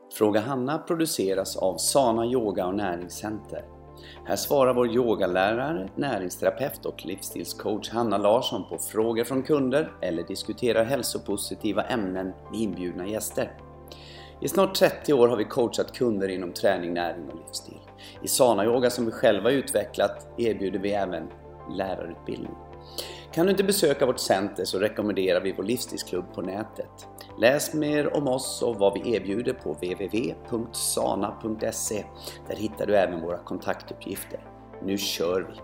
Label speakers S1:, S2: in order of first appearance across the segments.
S1: Fråga Hanna produceras av Sana Yoga och Näringscenter. Här svarar vår yogalärare, näringsterapeut och livsstilscoach Hanna Larsson på frågor från kunder eller diskuterar hälsopositiva ämnen med inbjudna gäster. I snart 30 år har vi coachat kunder inom träning, näring och livsstil. I Sana Yoga som vi själva utvecklat erbjuder vi även lärarutbildning. Kan du inte besöka vårt center så rekommenderar vi vår livsstilsklubb på nätet. Läs mer om oss och vad vi erbjuder på www.sana.se. Där hittar du även våra kontaktuppgifter. Nu kör vi!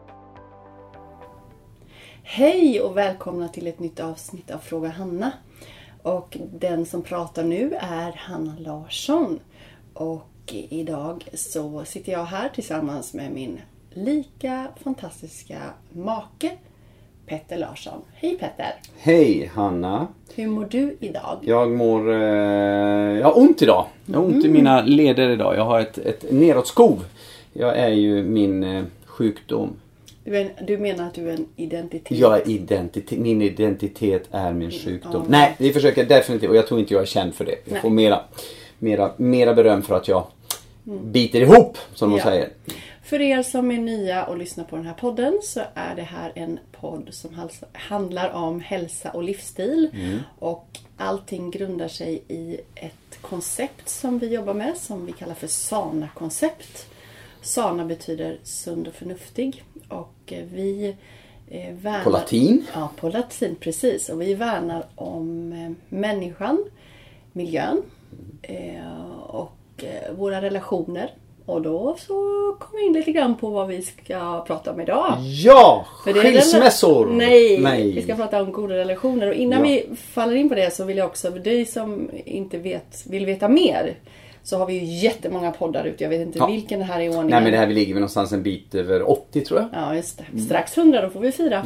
S2: Hej och välkomna till ett nytt avsnitt av Fråga Hanna. Och den som pratar nu är Hanna Larsson. Och idag så sitter jag här tillsammans med min lika fantastiska make Petter Larsson. Hej Petter!
S1: Hej Hanna!
S2: Hur mår du idag? Jag
S1: mår... jag har ont idag. Jag har ont i mina leder idag. Jag har ett nedåtskov. Jag är ju min sjukdom.
S2: Du menar att du är en identitet?
S1: Min identitet är min sjukdom. Nej, vi försöker definitivt. Och jag tror inte jag är känd för det. Jag får mera beröm för att jag biter ihop, som de säger.
S2: För er som är nya och lyssnar på den här podden så är det här en podd som handlar om hälsa och livsstil. Och allting grundar sig i ett koncept som vi jobbar med som vi kallar för Sana-koncept. Sana betyder sund och förnuftig. Och vi värnar...
S1: På latin?
S2: Ja, på latin, precis. Och vi värnar om människan, miljön och våra relationer. Och då så kommer vi in lite grann på vad vi ska prata om idag.
S1: Ja, skilsmässor!
S2: Nej, vi ska prata om goda relationer. Och innan vi faller in på det så vill jag också, för dig som inte vill veta mer, så har vi ju jättemånga poddar ute. Jag vet inte vilken det här är i ordningen.
S1: Nej, men det här vi ligger väl någonstans en bit över 80 tror jag.
S2: Ja, just det. Strax 100, då får vi fira.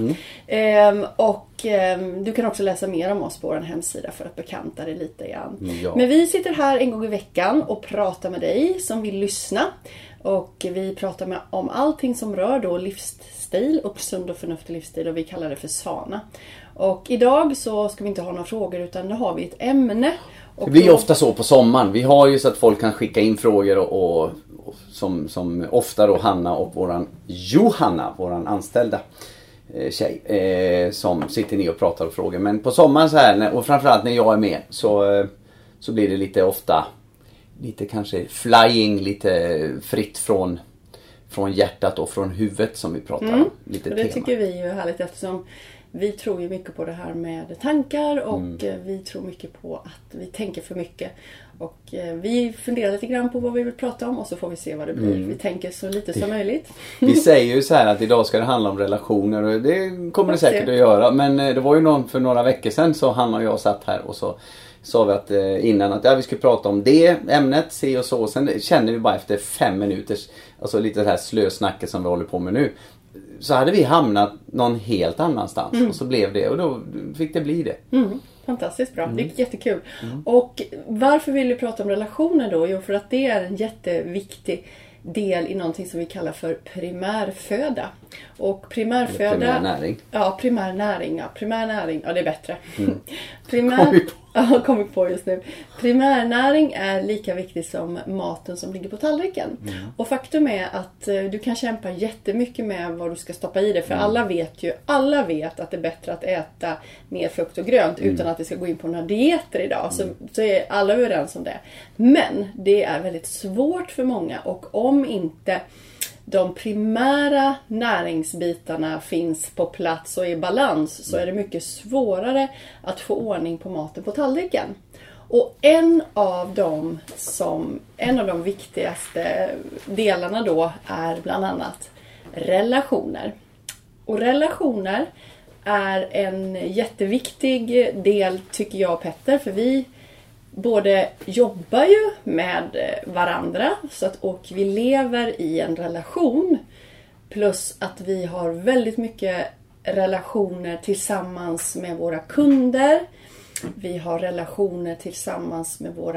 S2: Du kan också läsa mer om oss på vår hemsida för att bekanta dig lite grann.
S1: Ja.
S2: Men vi sitter här en gång i veckan och pratar med dig som vill lyssna. Och vi pratar om allting som rör då livsstil och sund och förnuftig livsstil. Och vi kallar det för Sana. Och idag så ska vi inte ha några frågor utan då har vi ett ämne.
S1: Det blir ofta så på sommaren. Vi har ju så att folk kan skicka in frågor och som ofta då Hanna och våran Johanna, våran anställda tjej, som sitter ner och pratar och frågar. Men på sommaren så här, och framförallt när jag är med så blir det lite ofta lite kanske flying, lite fritt från hjärtat och från huvudet som vi pratar om. Lite
S2: och det
S1: tema.
S2: tycker vi är härligt eftersom vi tror ju mycket på det här med tankar och vi tror mycket på att vi tänker för mycket. Och vi funderar lite grann på vad vi vill prata om och så får vi se vad det blir. Vi tänker så lite som möjligt.
S1: Vi säger ju så här att idag ska det handla om relationer och det kommer det säkert att göra. Men det var ju någon för några veckor sedan så Hanna och jag satt här och så sa vi att innan att vi skulle prata om det ämnet, se och så. Sen kände vi bara efter 5 minuters, alltså lite det här slösnacket som vi håller på med nu. Så hade vi hamnat någon helt annanstans och så blev det och då fick det bli det.
S2: Fantastiskt bra, det är jättekul. Och varför vill vi prata om relationer då? Jo, för att det är en jätteviktig del i någonting som vi kallar för primärföda. Och primärnäring. Ja, primärnäring. Ja, det är bättre. Kommer på just nu. Primärnäring är lika viktig som maten som ligger på tallriken. Och faktum är att du kan kämpa jättemycket med vad du ska stoppa i det. För alla vet att det är bättre att äta mer frukt och grönt utan att det ska gå in på några dieter idag. Så är alla överens om det. Men det är väldigt svårt för många och om inte de primära näringsbitarna finns på plats och i balans så är det mycket svårare att få ordning på maten på tallriken. Och en av de viktigaste delarna då är bland annat relationer. Och relationer är en jätteviktig del tycker jag och Petter, för vi både jobbar ju med varandra och vi lever i en relation plus att vi har väldigt mycket relationer tillsammans med våra kunder. Vi har relationer tillsammans med våra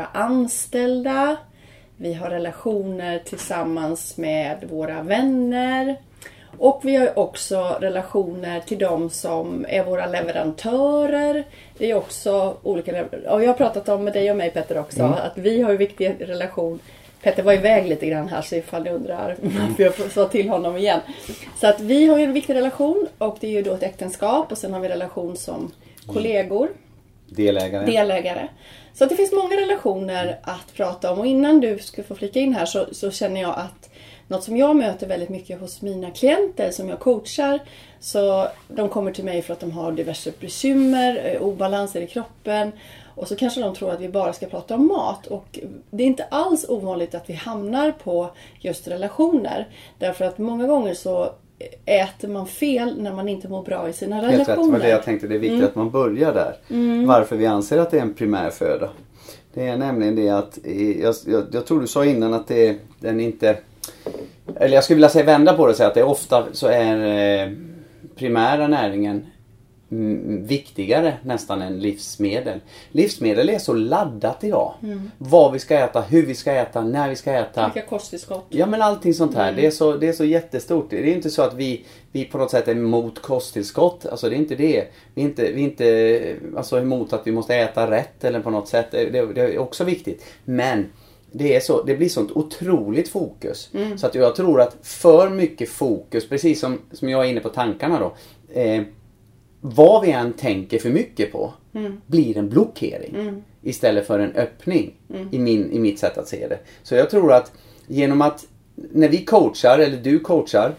S2: anställda. Vi har relationer tillsammans med våra vänner. Och vi har också relationer till de som är våra leverantörer. Det är också olika, och jag har pratat om med dig och mig Petter också, att vi har en viktig relation. Petter var iväg lite grann här, så ifall ni undrar varför jag sa till honom igen. Så att vi har ju en viktig relation, och det är ju då ett äktenskap, och sen har vi relation som kollegor. Delägare. Så att det finns många relationer att prata om, och innan du ska få flika in här så känner jag att något som jag möter väldigt mycket hos mina klienter som jag coachar, så de kommer till mig för att de har diverse bekymmer, obalanser i kroppen, och så kanske de tror att vi bara ska prata om mat, och det är inte alls ovanligt att vi hamnar på just relationer, därför att många gånger så äter man fel när man inte mår bra i sina relationer.
S1: Helt rätt, det var det jag tänkte, det är viktigt att man börjar där. Varför vi anser att det är en primärföda. Det är nämligen det att, jag tror du sa innan att den inte, eller jag skulle vilja säga vända på det och säga att det ofta så är primära näringen viktigare nästan än livsmedel. Livsmedel är så laddat idag. Vad vi ska äta, hur vi ska äta, när vi ska äta.
S2: Vilka kosttillskott.
S1: Ja, men allting sånt här. Det är så jättestort. Det är inte så att vi på något sätt är emot kosttillskott. Alltså det är inte det. Vi är inte alltså emot att vi måste äta rätt eller på något sätt. Det är också viktigt. Men det blir sånt otroligt fokus. Så att jag tror att för mycket fokus, precis som jag är inne på tankarna då. Vad vi än tänker för mycket på blir en blockering istället för en öppning i mitt sätt att se det. Så jag tror att genom att när vi coachar eller du coachar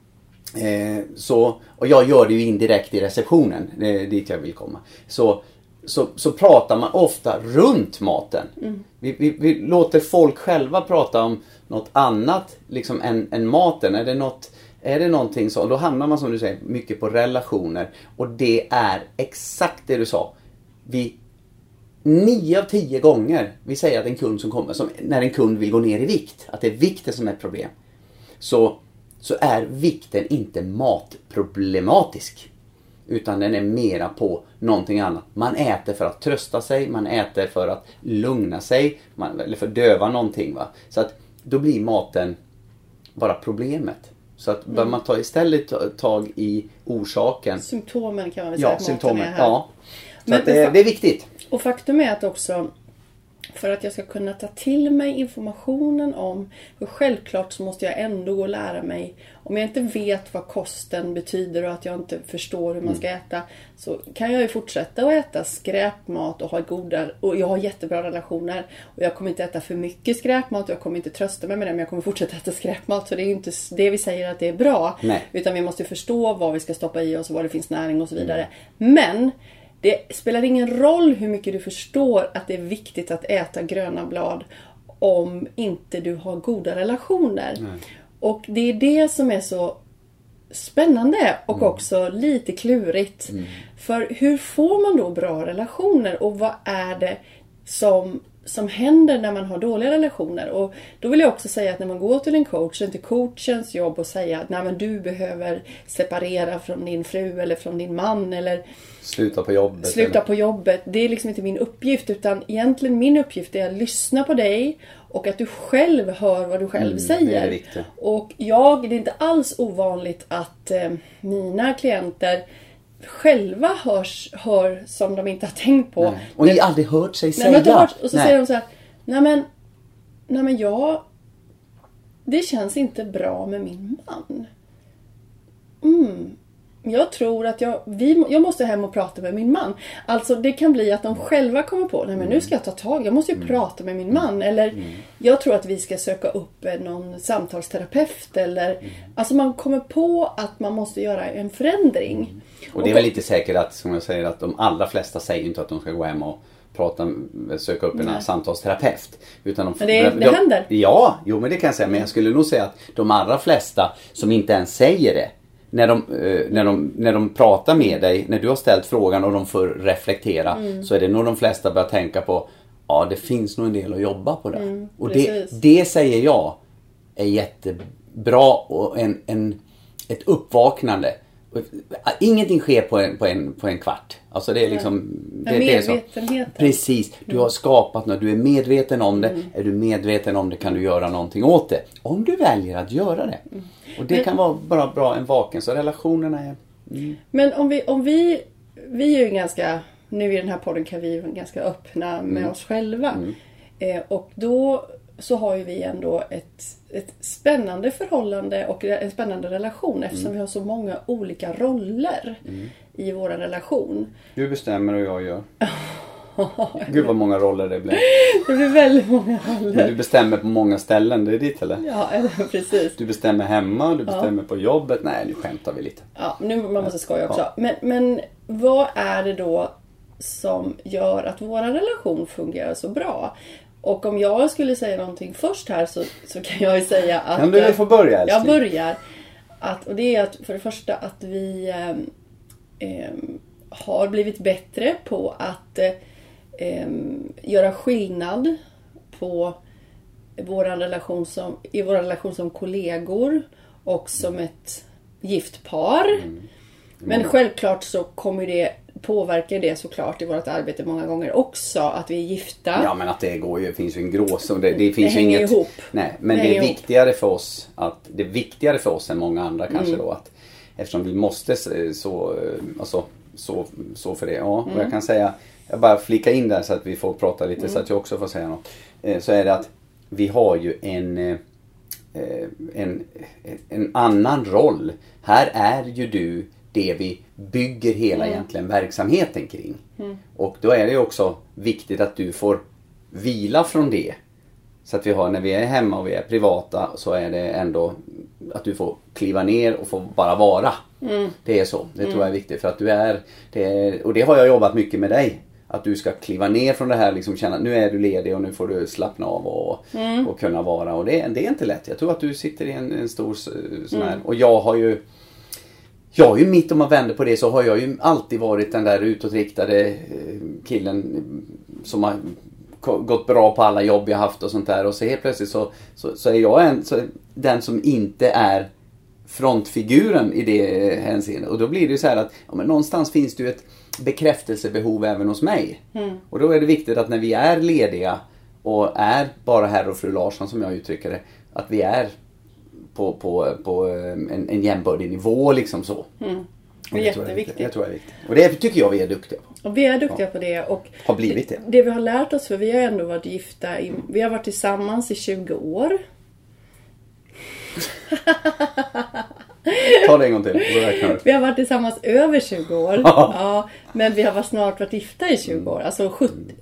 S1: och jag gör det ju indirekt i receptionen, det är dit jag vill komma, så pratar man ofta runt maten. Vi låter folk själva prata om något annat liksom än maten. Är det någonting så, då hamnar man som du säger mycket på relationer. Och det är exakt det du sa. 9 av 10 gånger vi säger att en kund som kommer, när en kund vill gå ner i vikt, att det är vikten som är ett problem, så är vikten inte matproblematisk. Utan den är mera på någonting annat. Man äter för att trösta sig, man äter för att lugna sig, eller för att döva någonting. Va? Så att då blir maten bara problemet. Så att bör man istället tag i orsaken.
S2: Symptomen kan man väl säga att
S1: symptomen,
S2: maten är här.
S1: Ja, så att det är viktigt.
S2: Och faktum är att också, för att jag ska kunna ta till mig informationen om, för självklart så måste jag ändå gå och lära mig. Om jag inte vet vad kosten betyder och att jag inte förstår hur man ska äta, så kan jag ju fortsätta att äta skräpmat och och jag har jättebra relationer, och jag kommer inte äta för mycket skräpmat och jag kommer inte trösta mig med det, men jag kommer fortsätta äta skräpmat, så det är ju inte det vi säger att det är bra.
S1: Nej.
S2: Utan vi måste förstå vad vi ska stoppa i oss och var det finns näring och så vidare. Men det spelar ingen roll hur mycket du förstår att det är viktigt att äta gröna blad om inte du har goda relationer. Nej. Och det är det som är så spännande och också lite klurigt. För hur får man då bra relationer, och vad är det som händer när man har dåliga relationer? Och då vill jag också säga att när man går till en coach, så är inte coachens jobb att säga att nej, men du behöver separera från din fru eller från din man, eller sluta på jobbet. Det är liksom inte min uppgift, utan egentligen min uppgift är att lyssna på dig och att du själv hör vad du själv säger.
S1: Det är
S2: och det är inte alls ovanligt att mina klienter själva hör som de inte har tänkt på.
S1: Nej. Och ni aldrig hört sig säga.
S2: Och så säger de så här: nej men det känns inte bra med min man. Jag tror att jag måste hem och prata med min man. Alltså det kan bli att de själva kommer på, nej men nu ska jag ta tag, jag måste ju prata med min man. Eller jag tror att vi ska söka upp någon samtalsterapeut. Eller, alltså man kommer på att man måste göra en förändring.
S1: Och det är väl lite säkert att, som jag säger, att de allra flesta säger inte att de ska gå hem och söka upp en samtalsterapeut. Utan
S2: men det händer.
S1: Ja, men det kan jag säga. Men jag skulle nog säga att de allra flesta som inte ens säger det, när de pratar med dig, när du har ställt frågan och de får reflektera, så är det nog de flesta börjar tänka på, ja, det finns nog en del att jobba på det. Och det säger jag är jättebra och ett uppvaknande. ingenting sker på en kvart. Alltså det är liksom... Det är så. Precis. Du har skapat något, du är medveten om det. Är du medveten om det kan du göra någonting åt det. Om du väljer att göra det. Och det kan vara bara bra en vaken. Så relationerna är...
S2: Men om vi är ju ganska... Nu i den här podden kan vi vara ganska öppna med oss själva. Och då så har ju vi ändå ett spännande förhållande och en spännande relation eftersom vi har så många olika roller i vår relation.
S1: Du bestämmer och jag gör. Gud vad många roller det blir.
S2: Det blir väldigt många roller.
S1: Men du bestämmer på många ställen, det är ditt eller?
S2: Ja, precis.
S1: Du bestämmer hemma, du bestämmer på jobbet. Nej, nu skämtar vi lite.
S2: Ja, nu man måste skoja också. Men vad är det då som gör att vår relation fungerar så bra? Och om jag skulle säga någonting först här så kan jag ju säga att...
S1: Kan du få börja, älskling?
S2: Jag börjar. Och det är att för det första att vi har blivit bättre på att göra skillnad på vår relation som kollegor och som ett gift par. Men självklart så påverkar det såklart i vårt arbete många gånger också att vi är gifta.
S1: Ja, men att det går ju, finns ju en gråzon. Det finns ju
S2: hänger
S1: inget
S2: ihop.
S1: Nej, men det är viktigare för oss än många andra kanske då att eftersom vi måste så för det. Ja, och jag kan säga, jag bara flika in där så att vi får prata lite så att jag också får säga något. Så är det att vi har ju en annan roll. Här är ju du det vi bygger hela egentligen verksamheten kring. Och då är det ju också viktigt att du får vila från det. Så att vi har, när vi är hemma och vi är privata, så är det ändå att du får kliva ner och få bara vara. Det är så. Det tror jag är viktigt för att du är och det har jag jobbat mycket med dig. Att du ska kliva ner från det här, liksom känna att nu är du ledig och nu får du slappna av och kunna vara. Och det är inte lätt. Jag tror att du sitter i en stor sån här, och jag har ju mitt om man vänder på det så har jag ju alltid varit den där utåtriktade killen som har gått bra på alla jobb jag haft och sånt där. Och så helt plötsligt så är jag den som inte är frontfiguren i det hänseendet. Och då blir det ju så här att men någonstans finns det ju ett bekräftelsebehov även hos mig. Och då är det viktigt att när vi är lediga och är bara herr och fru Larsson som jag uttrycker det, att vi är på en jämbördig nivå liksom så.
S2: Det är jätteviktigt.
S1: Det tror jag är viktigt. Och det tycker jag vi är duktiga på.
S2: Och vi är duktiga på det. Och
S1: har blivit det.
S2: Det vi har lärt oss, för vi har ändå varit gifta vi har varit tillsammans i 20 år.
S1: Ta det en gång till.
S2: Vi har varit tillsammans över 20 år. Ja, men vi har snart varit gifta i 20 år. Alltså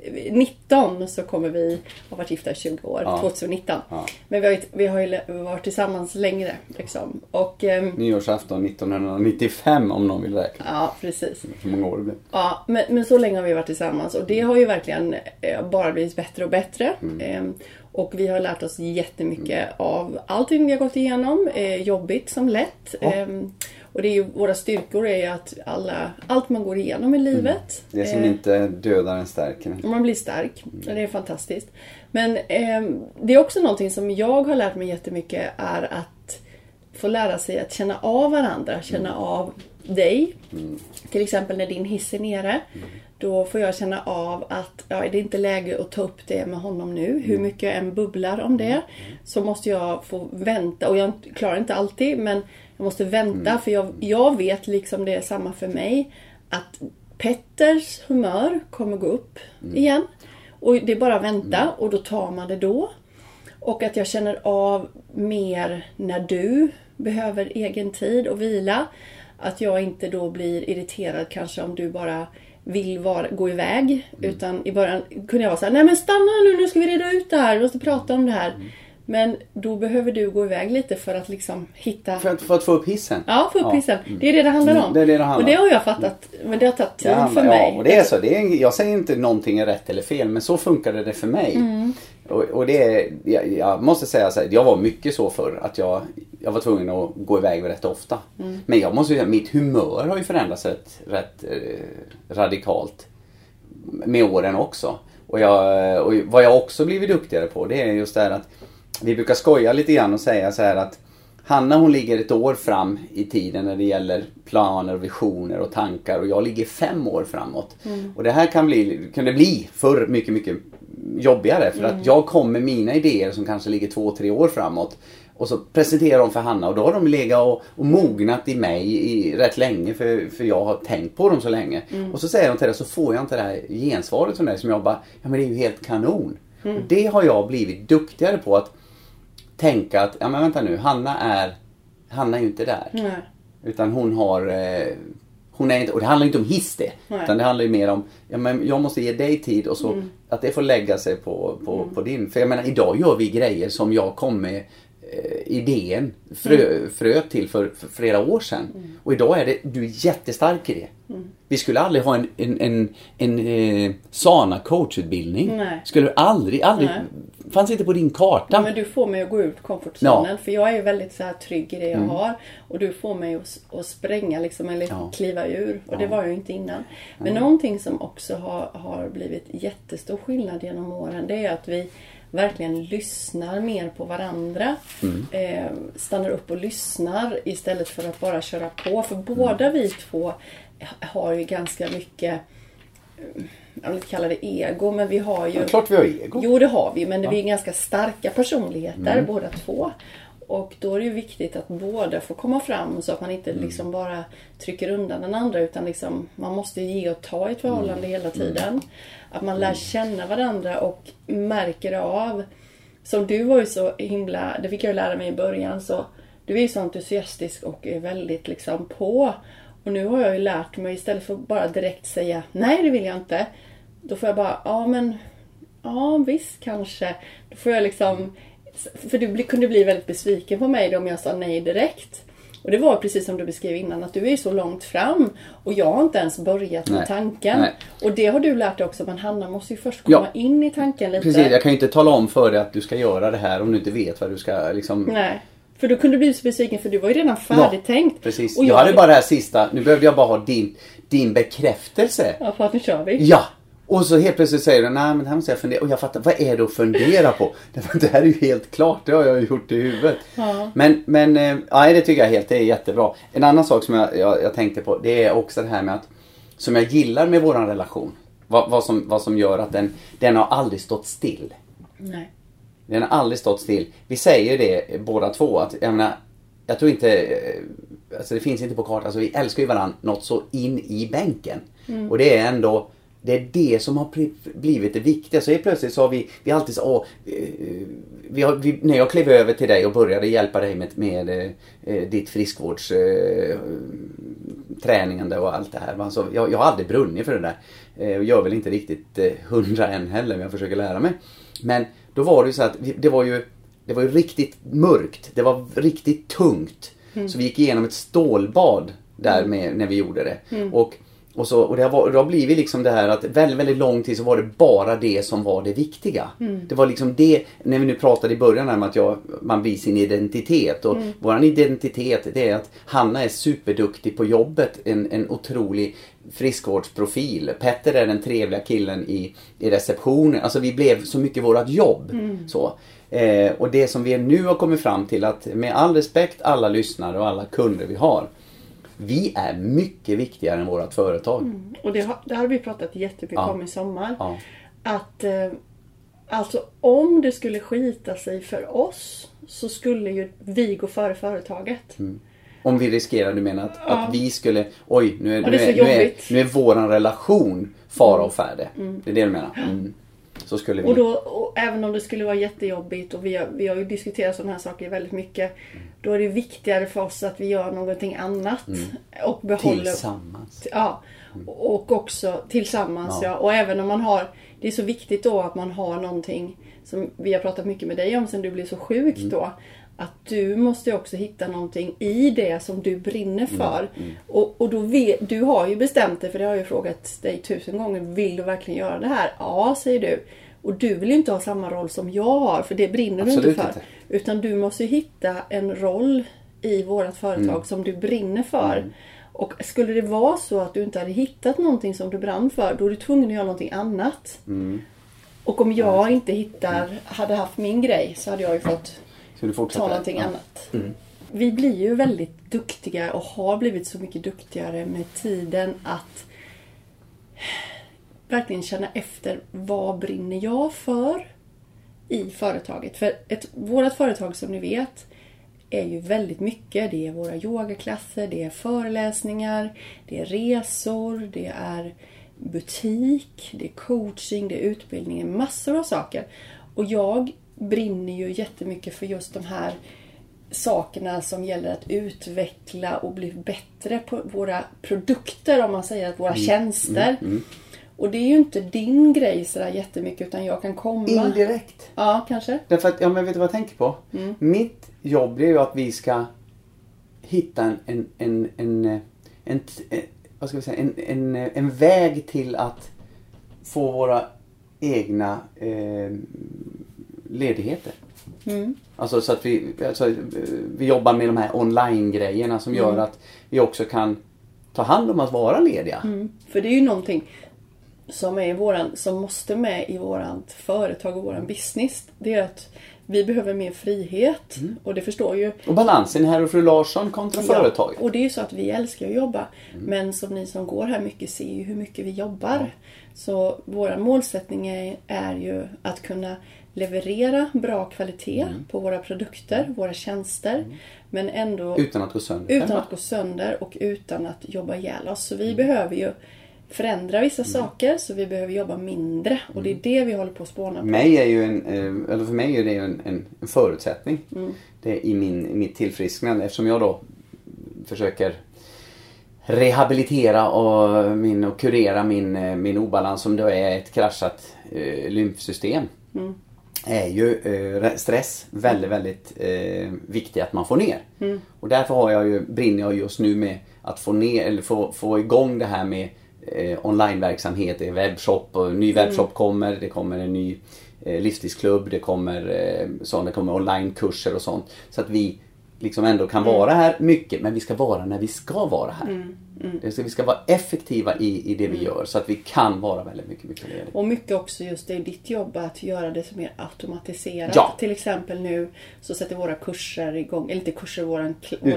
S2: 19 så kommer vi ha varit gifta i 20 år. 2019. Ja. Men vi har ju varit tillsammans längre. Liksom. Och,
S1: nyårsafton 1995 om någon vill räkna.
S2: Ja, precis.
S1: Så många år det blir.
S2: Ja, men så länge har vi varit tillsammans. Och det har ju verkligen bara blivit bättre och bättre. Och vi har lärt oss jättemycket av allting vi har gått igenom. Jobbigt som lätt. Och det är ju, våra styrkor är ju att allt man går igenom i livet.
S1: Det som inte dödar en stärker.
S2: Man blir stark. Det är fantastiskt. Men det är också någonting som jag har lärt mig jättemycket är att få lära sig att känna av varandra. Känna av dig. Till exempel när din hiss är nere. Då får jag känna av att är det inte läge att ta upp det med honom nu. Hur mycket jag än bubblar om det. Så måste jag få vänta. Och jag klarar inte alltid. Men jag måste vänta. För jag vet liksom det är samma för mig. Att Petters humör kommer gå upp igen. Och det är bara att vänta. Och då tar man det då. Och att jag känner av mer när du behöver egen tid och vila. Att jag inte då blir irriterad kanske om du bara vill gå iväg. Utan i början kunde jag vara så här: nej men stanna nu ska vi reda ut det här. Vi måste prata om det här. Men då behöver du gå iväg lite för att liksom hitta...
S1: För att få upp hissen.
S2: Ja, få upp hissen. Det är det handlar om.
S1: Det är det handlar om.
S2: Och det har jag fattat. Men det har tagit tid för mig.
S1: Ja, och det är så. Jag säger inte någonting är rätt eller fel. Men så funkade det för mig. Och det är... Jag måste säga så här. Jag var mycket så för att jag var tvungen att gå iväg rätt ofta. Men jag måste säga, mitt humör har ju förändrats rätt radikalt. Med åren också. Och vad jag också blivit duktigare på, det är just det här att vi brukar skoja lite grann och säga så här att Kunna hon ligger ett år fram i tiden när det gäller planer, visioner och tankar. Och jag ligger 5 år framåt. Och det här kan det bli för mycket, mycket jobbigare. För att jag kommer med mina idéer som kanske ligger 2-3 år framåt. Och så presenterar de för Hanna. Och då har de legat och mognat i mig i rätt länge. För jag har tänkt på dem så länge. Och så säger de till det, så får jag inte det här gensvaret från dig som jag bara, ja men det är ju helt kanon. Och det har jag blivit duktigare på att tänka att, ja men vänta nu, Hanna är ju inte där.
S2: Nej.
S1: Utan hon är inte, och det handlar inte om hiss det.
S2: Nej.
S1: Utan det handlar ju mer om, ja men jag måste ge dig tid och så att det får lägga sig på din. För jag menar, idag gör vi grejer som jag kom med idén, frö till för flera år sedan. Och idag är du är jättestark i det. Vi skulle aldrig ha en Sana coachutbildning.
S2: Nej.
S1: Skulle aldrig fanns inte på din karta.
S2: Ja, men du får mig att gå ut komfortzonen. För jag är ju väldigt så här trygg i det jag har. Och du får mig att spränga liksom, eller kliva ur. Och det var jag ju inte innan. Men någonting som också har blivit jättestor skillnad genom åren, det är att vi verkligen lyssnar mer på varandra. Stannar upp och lyssnar istället för att bara köra på. För båda vi två har ju ganska mycket, jag vill inte kalla det ego, men vi har ju...
S1: Ja, klart vi har ego.
S2: Jo, det har vi, men vi är ganska starka personligheter båda två. Och då är det ju viktigt att båda får komma fram så att man inte liksom bara trycker undan den andra, utan liksom, man måste ge och ta i ett förhållande hela tiden. Att man lär känna varandra och märker av. Som du var ju så himla, det fick jag lära mig i början, så du är ju så entusiastisk och är väldigt liksom på. Och nu har jag ju lärt mig, istället för att bara direkt säga nej, det vill jag inte. Då får jag bara, visst kanske. Då får jag liksom, för du kunde bli väldigt besviken på mig då om jag sa nej direkt. Och det var precis som du beskrev innan, att du är så långt fram och jag har inte ens börjat med tanken. Nej. Och det har du lärt dig också, men Hanna måste ju först komma in i tanken lite.
S1: Precis, jag kan ju inte tala om för dig att du ska göra det här om du inte vet vad du ska liksom...
S2: Nej. För då kunde du bli så besviken, för du var ju redan färdigtänkt.
S1: Ja, precis. Och jag hade bara det här sista, nu behövde jag bara ha din bekräftelse.
S2: Ja, för att nu kör vi.
S1: Ja, och så helt plötsligt säger du, nej men här måste jag fundera. Och jag fattar, vad är det att fundera på? Det här är ju helt klart, det har jag gjort i huvudet. Ja. Men det tycker jag det är jättebra. En annan sak som jag tänkte på, det är också det här med att, som jag gillar med våran relation. Vad som gör att den har aldrig stått still.
S2: Nej.
S1: Den har aldrig stått still. Vi säger det båda två, att jag tror inte, alltså det finns inte på kartan, alltså vi älskar ju varandra något så in i bänken. Och det är ändå, det är det som har blivit det viktiga. Så helt plötsligt så har vi alltid så, när jag klev över till dig och började hjälpa dig med ditt friskvårdsträningande och allt det här. Alltså, jag har aldrig brunnit för det där. Jag gör väl inte riktigt 100 än heller, men jag försöker lära mig. Men då var det ju så att det var ju riktigt mörkt. Det var riktigt tungt. Så vi gick igenom ett stålbad där när vi gjorde det. Och det har blivit liksom det här att väldigt, väldigt lång tid så var det bara det som var det viktiga. Det var liksom det, när vi nu pratade i början om att man blir sin identitet. Och våran identitet, det är att Hanna är superduktig på jobbet. En otrolig friskvårdsprofil. Petter är den trevliga killen i receptionen. Alltså vi blev så mycket vårat jobb. Så. Och det som vi nu har kommit fram till, att med all respekt alla lyssnare och alla kunder vi har, vi är mycket viktigare än vårat företag.
S2: Och det har vi pratat jättemycket om i sommar. Ja. Att alltså om det skulle skita sig för oss, så skulle ju vi gå före företaget.
S1: Om vi riskerar, du menar att vi skulle, nu är våran relation fara och färde. Det är det du menar. Så skulle vi.
S2: Och även om det skulle vara jättejobbigt, och vi har ju diskuterat sådana här saker väldigt mycket, då är det viktigare för oss att vi gör någonting annat och behåller
S1: tillsammans.
S2: Ja. Och också tillsammans, ja. Och även om man har, det är så viktigt då att man har någonting som vi har pratat mycket med dig om sen du blev så sjuk då, att du måste också hitta någonting i det som du brinner för. Och då du har ju bestämt dig, för det har jag ju frågat dig 1000 gånger, vill du verkligen göra det här? Ja, säger du. Och du vill ju inte ha samma roll som jag har, för det brinner du inte för. Inte. Utan du måste ju hitta en roll i vårt företag som du brinner för. Och skulle det vara så att du inte hade hittat någonting som du brann för, då är du tvungen att göra någonting annat. Och om jag inte hade haft min grej, så hade jag ju fått ta någonting annat. vi blir ju väldigt duktiga och har blivit så mycket duktigare med tiden att verkligen känna efter vad brinner jag för i företaget. För vårt företag som ni vet är ju väldigt mycket. Det är våra yogaklasser, det är föreläsningar, det är resor, det är butik, det är coaching, det är utbildning, massor av saker. Och jag brinner ju jättemycket för just de här sakerna som gäller att utveckla och bli bättre på våra produkter, om man säger att våra tjänster. Och det är ju inte din grej sådär jättemycket, utan jag kan komma...
S1: Indirekt.
S2: Ja, kanske.
S1: Därför att, men vet du vad jag tänker på? Mitt jobb det är ju att vi ska hitta en väg till att få våra egna ledigheter. Alltså så att vi jobbar med de här online-grejerna som gör att vi också kan ta hand om att vara lediga.
S2: För det är ju någonting som måste med i vårat företag och våran business. Det är att vi behöver mer frihet. Och det förstår ju...
S1: Och balansen här och fru Larsson kontra företaget.
S2: Och det är ju så att vi älskar att jobba. Men som ni som går här mycket ser ju hur mycket vi jobbar. Så vår målsättning är ju att kunna leverera bra kvalitet på våra produkter, våra tjänster. Men ändå...
S1: Utan att gå sönder.
S2: Utan att gå sönder och utan att jobba ihjäl oss. Så vi behöver ju förändra vissa saker, så vi behöver jobba mindre. Och det är det vi håller på att spåna på.
S1: För mig är det en förutsättning. Det är i mitt tillfrisknande. Eftersom jag då försöker rehabilitera och kurera min obalans som då är ett kraschat lymfsystem. Är ju stress väldigt, väldigt viktigt att man får ner. Och därför brinner jag just nu med att få ner eller få igång det här med onlineverksamhet, det är webbshop och ny webbshop kommer, det kommer en ny livsstilsklubb, det kommer onlinekurser och sånt, så att vi liksom ändå kan vara här mycket, men vi ska vara när vi ska vara här. Vi ska vara effektiva i det vi gör, så att vi kan vara väldigt mycket lediga.
S2: Och mycket också just det är ditt jobb att göra det som mer automatiserat.
S1: Ja.
S2: Till exempel nu så sätter våra kurser igång, eller inte kurser,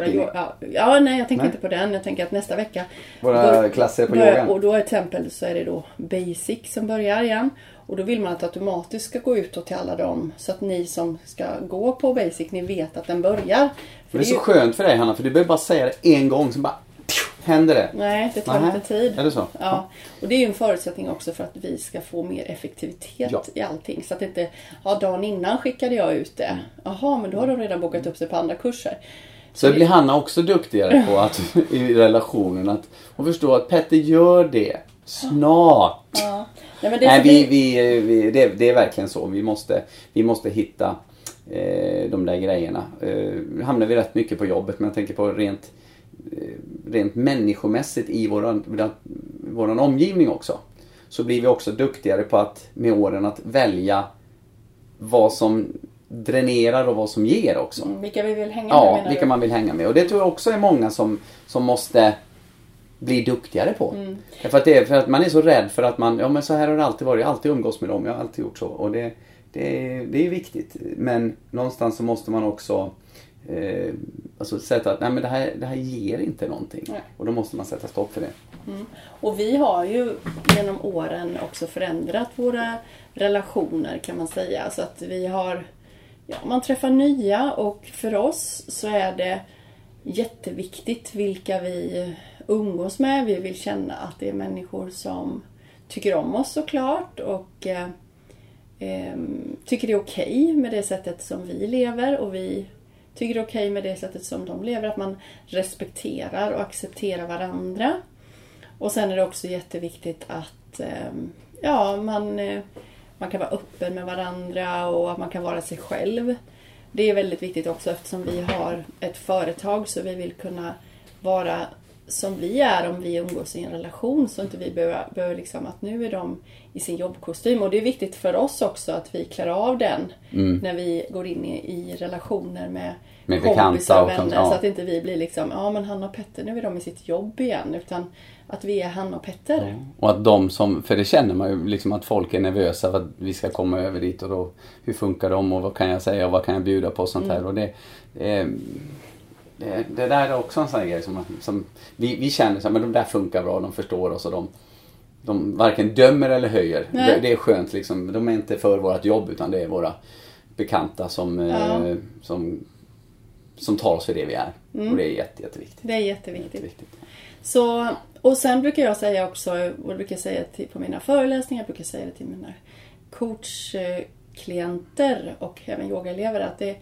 S2: jag tänker inte på den. Jag tänker att nästa vecka
S1: våra klasser på yogan.
S2: Och då är exempel så är det då basic som börjar igen. Och då vill man att automatiskt ska gå ut till alla dem, så att ni som ska gå på basic, ni vet att den börjar.
S1: För det är så skönt för dig, Hanna, för du behöver bara säga det en gång så bara händer det.
S2: Nej, det tar inte tid.
S1: Är det så?
S2: Ja. Och det är ju en förutsättning också för att vi ska få mer effektivitet i allting. Så att inte, dagen innan skickade jag ut det. Jaha, men då har de redan bokat upp sig på andra kurser.
S1: Så blir Hanna också duktigare på att i relationen att hon förstår att Petter gör det snart.
S2: Ja.
S1: Det är verkligen så. Vi måste hitta de där grejerna. Nu hamnar vi rätt mycket på jobbet, men jag tänker på rent människomässigt i våran omgivning också. Så blir vi också duktigare på att med åren att välja vad som dränerar och vad som ger också.
S2: Vilka vi vill hänga med.
S1: Ja, vilka man vill hänga med. Och det tror jag också är många som måste bli duktigare på. För att man är så rädd för att men så här har det alltid varit. Jag har alltid umgås med dem. Jag har alltid gjort så. Och det är viktigt. Men någonstans så måste man också sätta att det här ger inte någonting. Nej. Och då måste man sätta stopp för det.
S2: Och vi har ju genom åren också förändrat våra relationer, kan man säga. Så att vi har, man träffar nya, och för oss så är det jätteviktigt vilka vi umgås med. Vi vill känna att det är människor som tycker om oss såklart, och tycker det är okej med det sättet som vi lever, och vi tycker det är okej med det sättet som de lever. Att man respekterar och accepterar varandra. Och sen är det också jätteviktigt att man kan vara öppen med varandra, och att man kan vara sig själv. Det är väldigt viktigt också, eftersom vi har ett företag, så vi vill kunna vara som vi är om vi umgås i en relation, så inte vi behöver liksom att nu är de i sin jobbkostym. Och det är viktigt för oss också att vi klarar av den när vi går in i relationer med kompisar och vänner, så att inte vi blir liksom, men Hanna och Petter, nu är de i sitt jobb igen, utan att vi är Hanna och Petter.
S1: Ja. Och att för det känner man ju liksom, att folk är nervösa för att vi ska komma över dit, och då hur funkar de, och vad kan jag säga och vad kan jag bjuda på och sånt här. Och det där är också en sån här grej som vi känner så här, men de där funkar bra, de förstår oss och de varken dömer eller höjer. Det är skönt liksom. De är inte för vårt jobb utan det är våra bekanta som tar oss för det vi är. Och det är jätteviktigt.
S2: Det är jätteviktigt. Så, och sen brukar jag säga också, och jag brukar säga på mina föreläsningar, jag brukar säga det till mina coachklienter och även yogaelever, att det är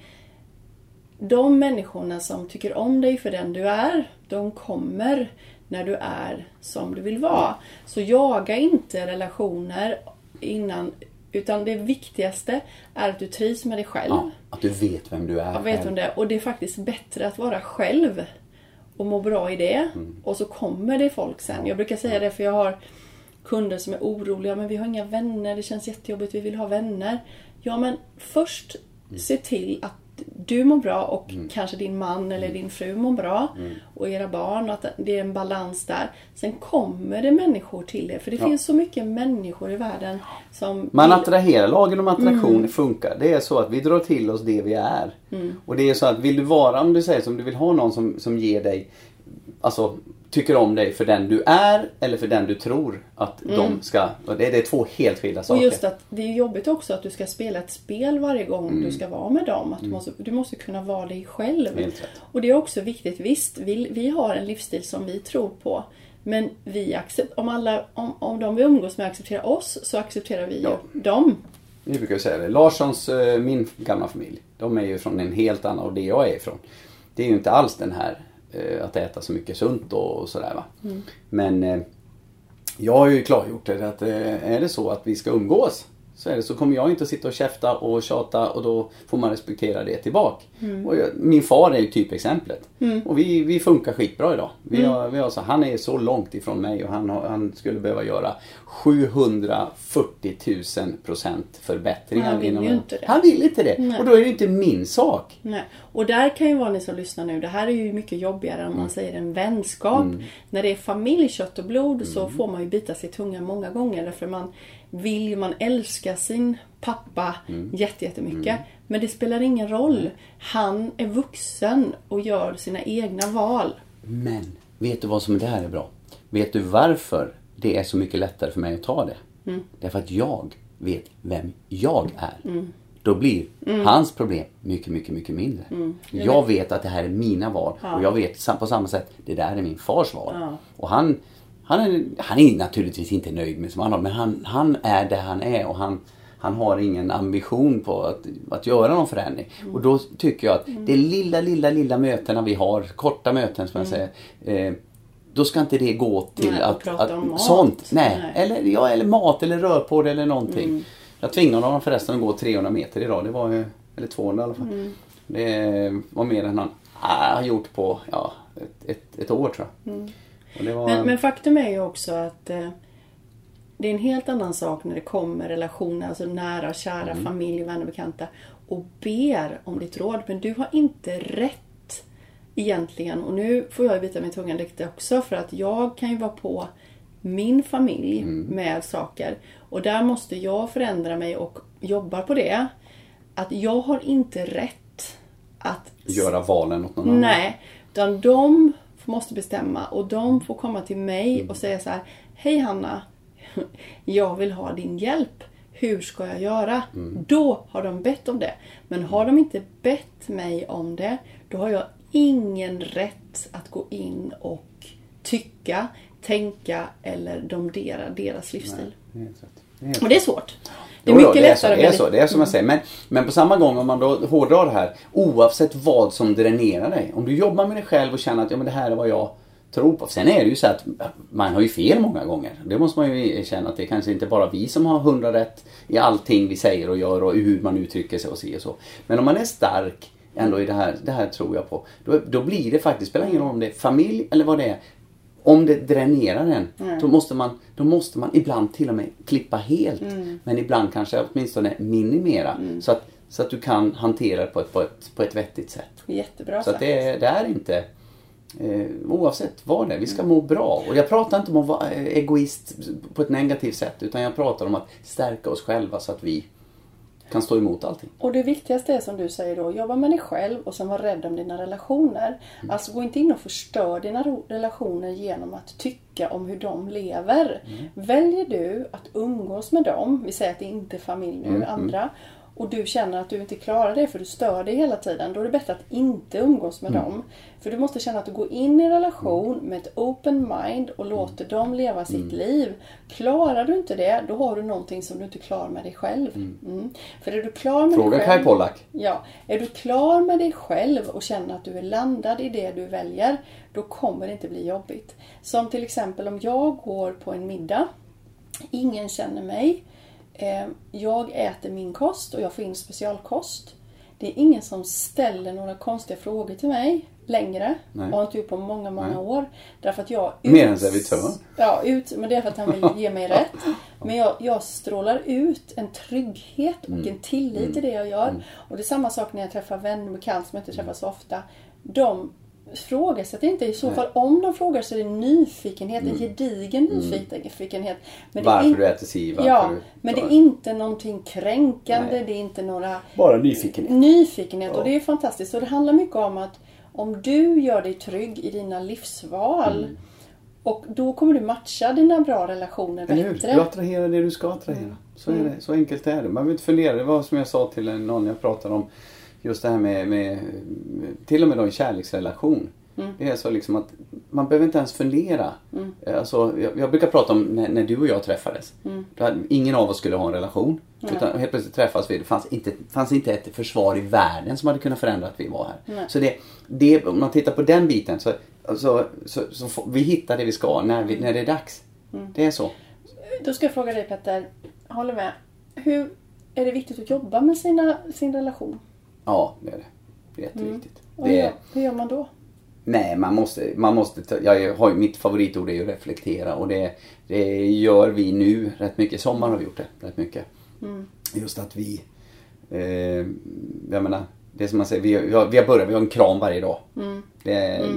S2: de människorna som tycker om dig för den du är, de kommer när du är som du vill vara. Så jaga inte relationer innan, utan det viktigaste är att du trivs med dig själv.
S1: Ja, att du vet vem du är.
S2: Jag vet om det. Och det är faktiskt bättre att vara själv och må bra i det. Och så kommer det folk sen. Jag brukar säga det, för jag har kunder som är oroliga. Men vi har inga vänner, det känns jättejobbigt, vi vill ha vänner. Ja, men först se till att du mår bra och kanske din man eller din fru mår bra och era barn, och att det är en balans där. Sen kommer det människor till det, för det finns så mycket människor i världen som...
S1: Man attraherar, lagen om attraktion funkar. Det är så att vi drar till oss det vi är. Och det är så att vill du vara, om du säger som du vill ha någon som ger dig, alltså tycker om dig för den du är eller för den du tror att de ska. Det är två helt skilda saker.
S2: Och just att det är jobbigt också att du ska spela ett spel varje gång du ska vara med dem. Att du måste kunna vara dig själv. Och det är också viktigt. Visst, vi har en livsstil som vi tror på. Men om de vi umgås med accepterar oss, så accepterar vi ju dem.
S1: Vi brukar säga det. Larssons, min gamla familj, de är ju från en helt annan, och det jag är ifrån. Det är ju inte alls den här att äta så mycket sunt och sådär va. Men jag har ju klargjort det, att är det så att vi ska umgås så kommer jag inte att sitta och käfta och tjata, och då får man respektera det tillbaka. Och min far är ju typexemplet. Och vi funkar skitbra idag. Vi har han är så långt ifrån mig, och han skulle behöva göra 740 000% förbättringar. Han vill inte det. Nej. Och då är det inte min sak.
S2: Nej. Och där kan ju vara ni som lyssnar nu. Det här är ju mycket jobbigare än man säger en vänskap. När det är familj, kött och blod, så får man ju bita sig i tungan många gånger. Därför man älskar sin pappa jättemycket. Men det spelar ingen roll. Han är vuxen och gör sina egna val.
S1: Men vet du vad som det här är bra? Vet du varför det är så mycket lättare för mig att ta det? Därför att jag vet vem jag är. Då blir hans problem mycket, mycket, mycket mindre. Jag vet att det här är mina val. Och jag vet på samma sätt, det där är min fars val. Och han är naturligtvis inte nöjd med som han har. Men han är där han är, och han har ingen ambition på att göra någon förändring. Och då tycker jag att det lilla mötena vi har, korta möten som jag säger, då ska inte det gå till att mat. Sånt. Nej. Eller mat eller rör på det eller någonting. Jag tvingade honom förresten att gå 300 meter idag. Det var ju, eller 200 i alla fall. Det var mer än han har gjort på ett år, tror jag. Och det var...
S2: men faktum är ju också att det är en helt annan sak när det kommer relationer, alltså nära, kära, familj, vänner, bekanta, och ber om ditt råd. Men du har inte rätt egentligen. Och nu får jag bita min tunga lite också, för att jag kan ju vara på min familj med saker. Och där måste jag förändra mig och jobba på det. Att jag har inte rätt att
S1: göra valen åt någon annan.
S2: Nej, utan de måste bestämma, och de får komma till mig och säga så här: hej Hanna, jag vill ha din hjälp. Hur ska jag göra? Då har de bett om det. Men har de inte bett mig om det, då har jag ingen rätt att gå in och tycka, tänka eller domdera deras livsstil. Nej, och det är svårt. Det är mycket lättare.
S1: Det är som jag säger. Men på samma gång, om man då hårdrar det här, oavsett vad som dränerar dig. Om du jobbar med dig själv och känner att men det här är vad jag tror på. Sen är det ju så att man har ju fel många gånger. Det måste man ju känna, att det är kanske inte bara vi som har 100 rätt i allting vi säger och gör och hur man uttrycker sig och så. Men om man är stark ändå i det här tror jag på. Då blir det faktiskt, spelar ingen roll om det är familj eller vad det är. Om det dränerar en, då måste man ibland till och med klippa helt. Men ibland kanske åtminstone minimera. Så att du kan hantera det på ett vettigt sätt.
S2: Jättebra.
S1: Så att det är inte, oavsett vad det är, vi ska må bra. Och jag pratar inte om att vara egoist på ett negativt sätt. Utan jag pratar om att stärka oss själva så att vi kan stå emot allting.
S2: Och det viktigaste är som du säger då, jobba med dig själv och sen vara rädd om dina relationer. Alltså gå inte in och förstör dina relationer genom att tycka om hur de lever. Väljer du att umgås med dem, vi säger att det inte är familj nu, andra, och du känner att du inte klarar det för du stör dig hela tiden, då är det bättre att inte umgås med dem. För du måste känna att du går in i en relation med ett open mind och låter dem leva sitt liv. Klarar du inte det, då har du någonting som du inte klarar med dig själv. För är du klar med
S1: Fråga
S2: dig själv,
S1: Kai Pollak.
S2: Ja, är du klar med dig själv och känner att du är landad i det du väljer, då kommer det inte bli jobbigt. Som till exempel om jag går på en middag, ingen känner mig, jag äter min kost och jag får in specialkost. Det är ingen som ställer några konstiga frågor till mig längre.
S1: Nej.
S2: Och har inte gjort på många år. Därför att jag...
S1: Mer än servitör.
S2: Ja, men det är för att han vill ge mig rätt. Men jag strålar ut en trygghet och en tillit i det jag gör. Och det är samma sak när jag träffar vänner och bekanta som jag inte träffar så ofta. De frågasätter inte. I så fall, om de frågar så är det nyfikenhet, en gedigen nyfikenhet. Men
S1: varför
S2: det
S1: du äter si,
S2: men det är inte någonting kränkande, det är inte några...
S1: Bara nyfikenhet.
S2: Nyfikenhet, och det är fantastiskt. Och det handlar mycket om att om du gör dig trygg i dina livsval, och då kommer du matcha dina bra relationer bättre.
S1: Du attraherar det du ska attrahera. Så är det. Så enkelt är det. Man vill inte fundera. Det var som jag sa till någon jag pratade om. Just det här med till och med då en kärleksrelation. Det är så liksom att man behöver inte ens fundera. Alltså, jag brukar prata om när du och jag träffades. Ingen av oss skulle ha en relation. Utan helt plötsligt träffas vi. Det fanns inte ett försvar i världen som hade kunnat förändra att vi var här. Så det, om man tittar på den biten så vi hittar det vi ska när det är dags. Det är så.
S2: Då ska jag fråga dig, Petter. Håller med. Hur är det viktigt att jobba med sin relation?
S1: Ja, det är det. Det är jätteviktigt.
S2: Hur gör man då?
S1: Nej, man måste jag har ju, mitt favoritord är ju reflektera, och det gör vi nu rätt mycket. I sommar har vi gjort det rätt mycket. Just att vi jag menar, det som man säger, vi har en kram varje dag. Det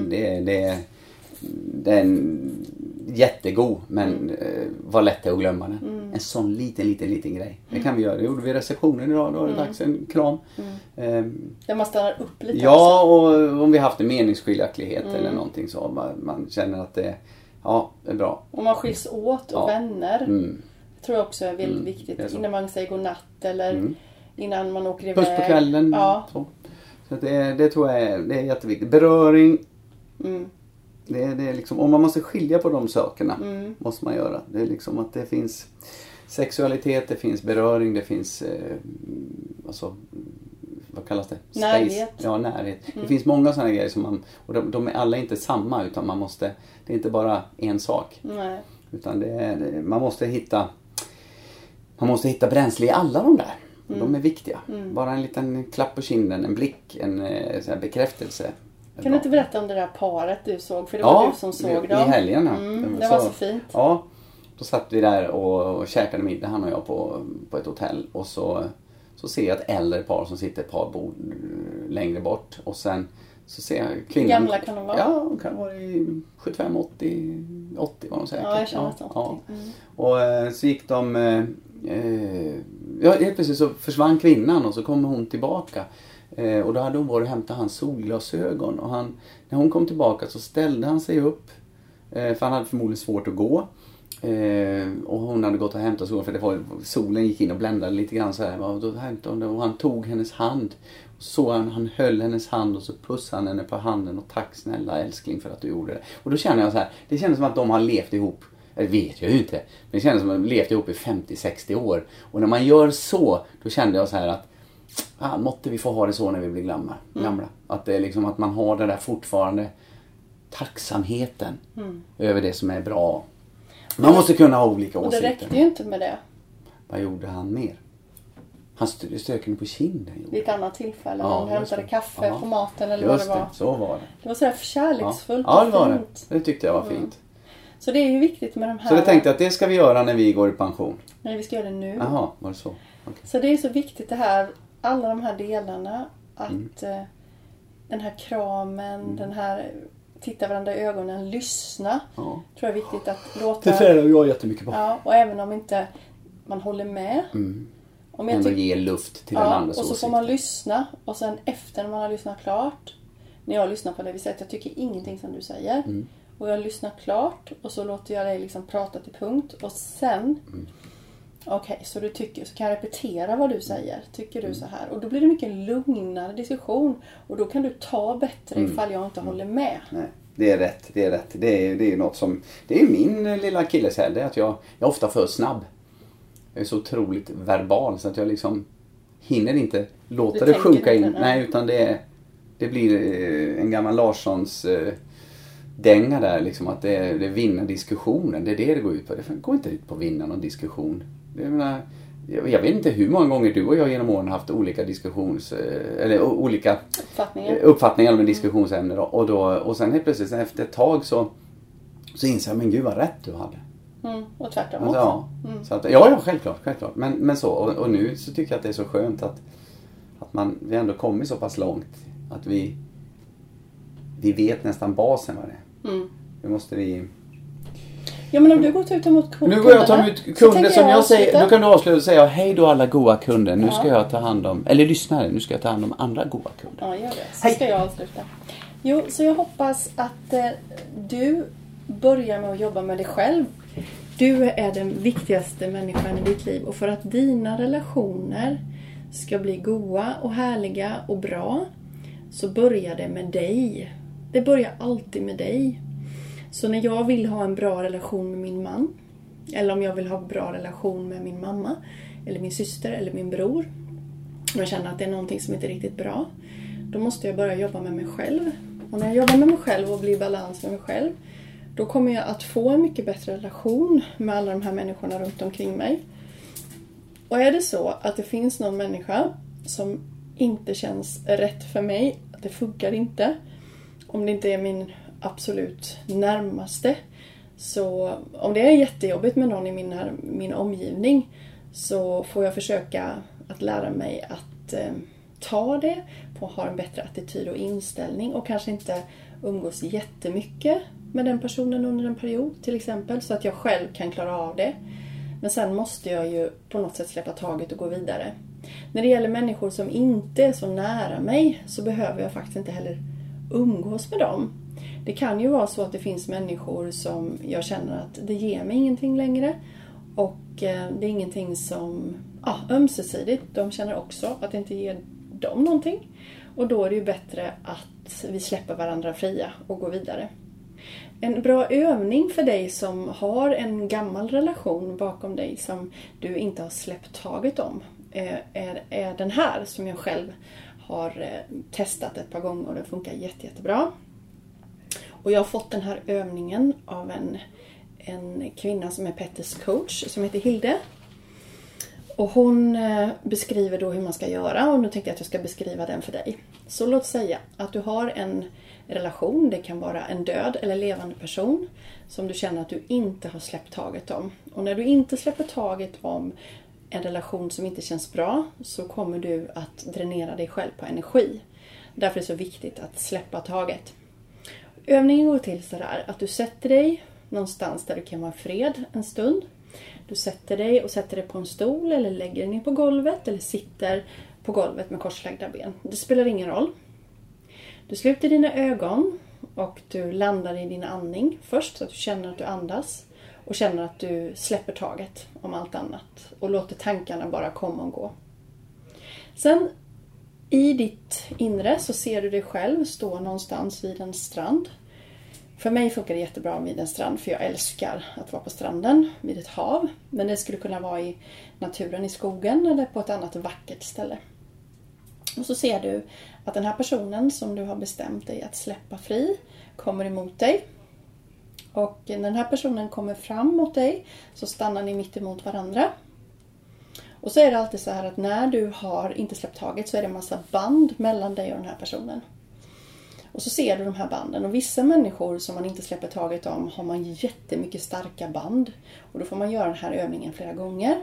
S1: är en jättegod, men var lätt att glömma den. En sån liten grej. Det kan vi göra. Det gjorde vi i receptionen idag. Då är det dags en kram.
S2: Där man stannar upp lite.
S1: Ja, och om vi haft en meningsskiljaktighet eller någonting så. Man känner att det är bra.
S2: Om man skiljs åt och vänner. Tror jag också är väldigt viktigt. Innan man säger godnatt eller innan man åker iväg.
S1: Puss på kvällen. Ja. Så det tror jag är jätteviktigt. Beröring. Det är liksom, om man måste skilja på de sakerna måste man göra. Det är liksom att det finns sexualitet, det finns beröring, det finns alltså, vad kallas det? Space.
S2: Närhet.
S1: Ja, närhet. Det finns många sådana grejer som och de är alla inte samma, utan det är inte bara en sak. Nej. Utan man måste hitta bränsle i alla de där. De är viktiga. Bara en liten klapp på kinden, en blick, en sån här bekräftelse.
S2: Kan du inte berätta om det där paret du såg? För det var du som såg dem.
S1: I helgen.
S2: Det var så fint.
S1: Ja, då satt vi där och käkade middag, han och jag, på ett hotell. Och så ser jag ett äldre par som sitter ett par bord längre bort. Och sen så ser jag kvinnan.
S2: Hur gamla kan de vara?
S1: Ja, de kan vara i 75, 80 var de säkert.
S2: Ja, jag känner att 80.
S1: Ja. Och så gick de... helt plötsligt så försvann kvinnan och så kom hon tillbaka. Och då hade hon varit och hämtat hans solglasögon. Och när hon kom tillbaka så ställde han sig upp. För han hade förmodligen svårt att gå. Och hon hade gått och hämtat solen, för solen gick in och bländade lite grann så här. Och då hämtade hon det, och han tog hennes hand. Och så han höll hennes hand och så pussade han henne på handen. Och tack snälla älskling för att du gjorde det. Och då känner jag så här. Det kändes som att de har levt ihop. Det vet jag ju inte. Men det kändes som att de har levt ihop i 50-60 år. Och när man gör så, då kände jag så här att måtte vi få ha det så när vi blir gamla. Att det är liksom att man har det där fortfarande tacksamheten över det som är bra. Man måste kunna ha olika åsikter.
S2: Och det räckte ju inte med det.
S1: Vad gjorde han mer? Han strök henne på kinden.
S2: Vid ett annat tillfälle. Han hämtade kaffe på maten eller vad det var.
S1: Så var det.
S2: Det var så här kärleksfullt
S1: och fint. Ja, det var det. Det tyckte jag var fint.
S2: Så det är ju viktigt med de här...
S1: Så jag tänkte att det ska vi göra när vi går i pension.
S2: Nej, vi ska göra det nu.
S1: Jaha, var det så? Okay.
S2: Så det är så viktigt det här, alla de här delarna. Att den här kramen, den här... Titta varandra i ögonen, lyssna. Ja. Tror jag är viktigt att låta...
S1: Det säger jag jättemycket på.
S2: Ja, och även om inte man håller med. Om
S1: ändå ge luft till den andras
S2: och så
S1: åsikter.
S2: får man lyssna. Och sen efter när man har lyssnat klart. När jag lyssnar på det, vi säger att jag tycker ingenting som du säger. Och jag lyssnar klart. Och så låter jag dig liksom prata till punkt. Och sen... Okej, så du tycker, så kan jag repetera vad du säger. Tycker du så här? Och då blir det mycket lugnare diskussion. Och då kan du ta bättre ifall jag inte håller med.
S1: Nej, det är rätt. Det är något som... Det är min lilla akilleshäl. Det är att jag är ofta för snabb. Jag är så otroligt verbal så att jag liksom hinner inte låta det sjunka in. Nej, utan det blir en gammal Larssons dänga där liksom, att det vinner diskussionen. Det är det går ut på. Det går inte ut på att vinna någon diskussion. Jag vet inte hur många gånger du och jag genom åren har haft olika eller olika uppfattningar om diskussionsämnen. Och sen helt plötsligt efter ett tag så inser jag, men gud vad rätt du hade.
S2: Och tvärtom
S1: också. Ja, så att, ja, självklart. Men så, och nu så tycker jag att det är så skönt att vi ändå kommit så pass långt att vi vet nästan basen vad det är. Nu måste vi...
S2: Ja, men om du går ut och tar emot kunder.
S1: Nu går jag och tar emot kunder som jag säger. Då kan du avsluta och säga, hej då alla goda kunder. Nu ska jag ta hand om, eller lyssnare, nu ska jag ta hand om andra goda kunder.
S2: Ja, gör det. Så ska jag avsluta. Jo, så jag hoppas att du börjar med att jobba med dig själv. Du är den viktigaste människan i ditt liv. Och för att dina relationer ska bli goda och härliga och bra, så börjar det med dig. Det börjar alltid med dig. Så när jag vill ha en bra relation med min man, eller om jag vill ha en bra relation med min mamma, eller min syster, eller min bror, och jag känner att det är någonting som inte är riktigt bra, då måste jag börja jobba med mig själv. Och när jag jobbar med mig själv och blir i balans med mig själv, då kommer jag att få en mycket bättre relation med alla de här människorna runt omkring mig. Och är det så att det finns någon människa som inte känns rätt för mig, att det funkar inte, om det inte är min absolut närmaste, så om det är jättejobbigt med någon i min omgivning, så får jag försöka att lära mig att ta det, få ha en bättre attityd och inställning, och kanske inte umgås jättemycket med den personen under en period till exempel, så att jag själv kan klara av det. Men sen måste jag ju på något sätt släppa taget och gå vidare. När det gäller människor som inte är så nära mig, så behöver jag faktiskt inte heller umgås med dem. Det kan ju vara så att det finns människor som jag känner att det ger mig ingenting längre. Och det är ingenting som ömsesidigt. De känner också att det inte ger dem någonting. Och då är det ju bättre att vi släpper varandra fria och går vidare. En bra övning för dig som har en gammal relation bakom dig som du inte har släppt taget om är den här, som jag själv har testat ett par gånger och det funkar jättebra. Och jag har fått den här övningen av en kvinna som är Petters coach, som heter Hilde. Och hon beskriver då hur man ska göra, och nu tänkte jag att jag ska beskriva den för dig. Så låt säga att du har en relation, det kan vara en död eller levande person som du känner att du inte har släppt taget om. Och när du inte släpper taget om en relation som inte känns bra, så kommer du att dränera dig själv på energi. Därför är det så viktigt att släppa taget. Övningen går till sådär att du sätter dig någonstans där du kan vara fred en stund. Du sätter dig på en stol, eller lägger dig ner på golvet, eller sitter på golvet med korslagda ben. Det spelar ingen roll. Du sluter dina ögon och du landar i din andning först, så att du känner att du andas och känner att du släpper taget om allt annat och låter tankarna bara komma och gå. Sen i ditt inre så ser du dig själv stå någonstans vid en strand. För mig funkar det jättebra vid en strand, för jag älskar att vara på stranden vid ett hav. Men det skulle kunna vara i naturen, i skogen, eller på ett annat vackert ställe. Och så ser du att den här personen som du har bestämt dig att släppa fri kommer emot dig. Och när den här personen kommer fram mot dig så stannar ni mitt emot varandra. Och så är det alltid så här att när du har inte släppt taget så är det en massa band mellan dig och den här personen. Och så ser du de här banden. Och vissa människor som man inte släpper taget om har man jättemycket starka band. Och då får man göra den här övningen flera gånger.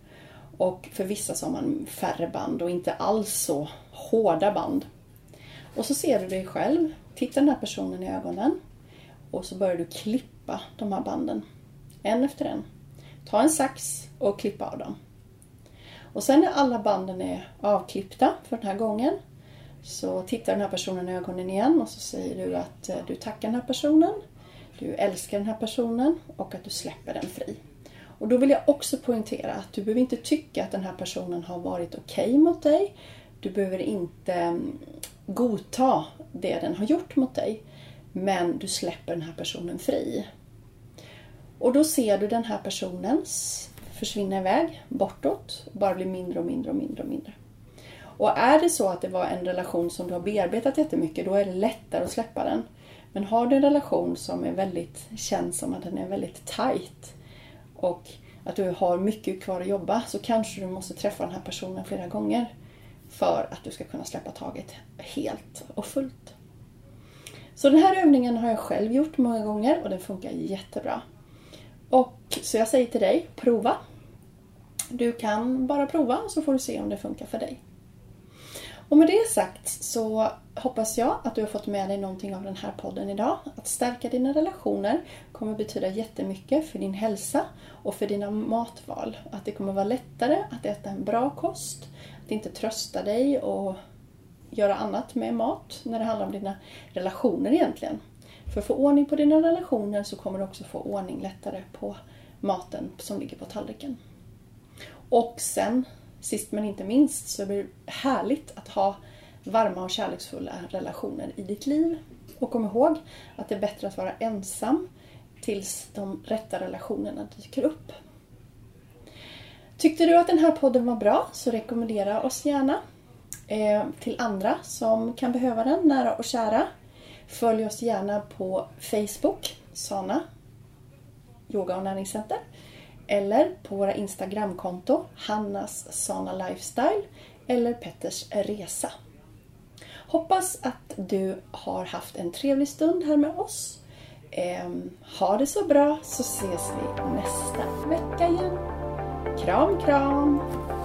S2: Och för vissa så har man färre band och inte alls så hårda band. Och så ser du dig själv, tittar den här personen i ögonen. Och så börjar du klippa de här banden. En efter en. Ta en sax och klippa av dem. Och sen när alla banden är avklippta för den här gången, så tittar den här personen i ögonen igen och så säger du att du tackar den här personen, du älskar den här personen och att du släpper den fri. Och då vill jag också poängtera att du behöver inte tycka att den här personen har varit okej mot dig. Du behöver inte godta det den har gjort mot dig. Men du släpper den här personen fri. Och då ser du den här personen försvinna iväg bortåt. Bara bli mindre och mindre och mindre och mindre. Och är det så att det var en relation som du har bearbetat jättemycket, då är det lättare att släppa den. Men har du en relation som är väldigt, känns som att den är väldigt tight och att du har mycket kvar att jobba, så kanske du måste träffa den här personen flera gånger för att du ska kunna släppa taget helt och fullt. Så den här övningen har jag själv gjort många gånger och den funkar jättebra. Och så jag säger till dig, prova. Du kan bara prova så får du se om det funkar för dig. Och med det sagt så hoppas jag att du har fått med dig någonting av den här podden idag. Att stärka dina relationer kommer betyda jättemycket för din hälsa och för dina matval. Att det kommer vara lättare att äta en bra kost, att inte trösta dig och göra annat med mat när det handlar om dina relationer egentligen. För att få ordning på dina relationer så kommer du också få ordning lättare på maten som ligger på tallriken. Och sen, sist men inte minst, så blir det härligt att ha varma och kärleksfulla relationer i ditt liv. Och kom ihåg att det är bättre att vara ensam tills de rätta relationerna dyker upp. Tyckte du att den här podden var bra så rekommendera oss gärna till andra som kan behöva den, nära och kära. Följ oss gärna på Facebook, Sana Yoga och Näringscenter. Eller på våra Instagramkonto, Hannas Sana Lifestyle eller Petters Resa. Hoppas att du har haft en trevlig stund här med oss. Ha det så bra så ses vi nästa vecka igen. Kram, kram!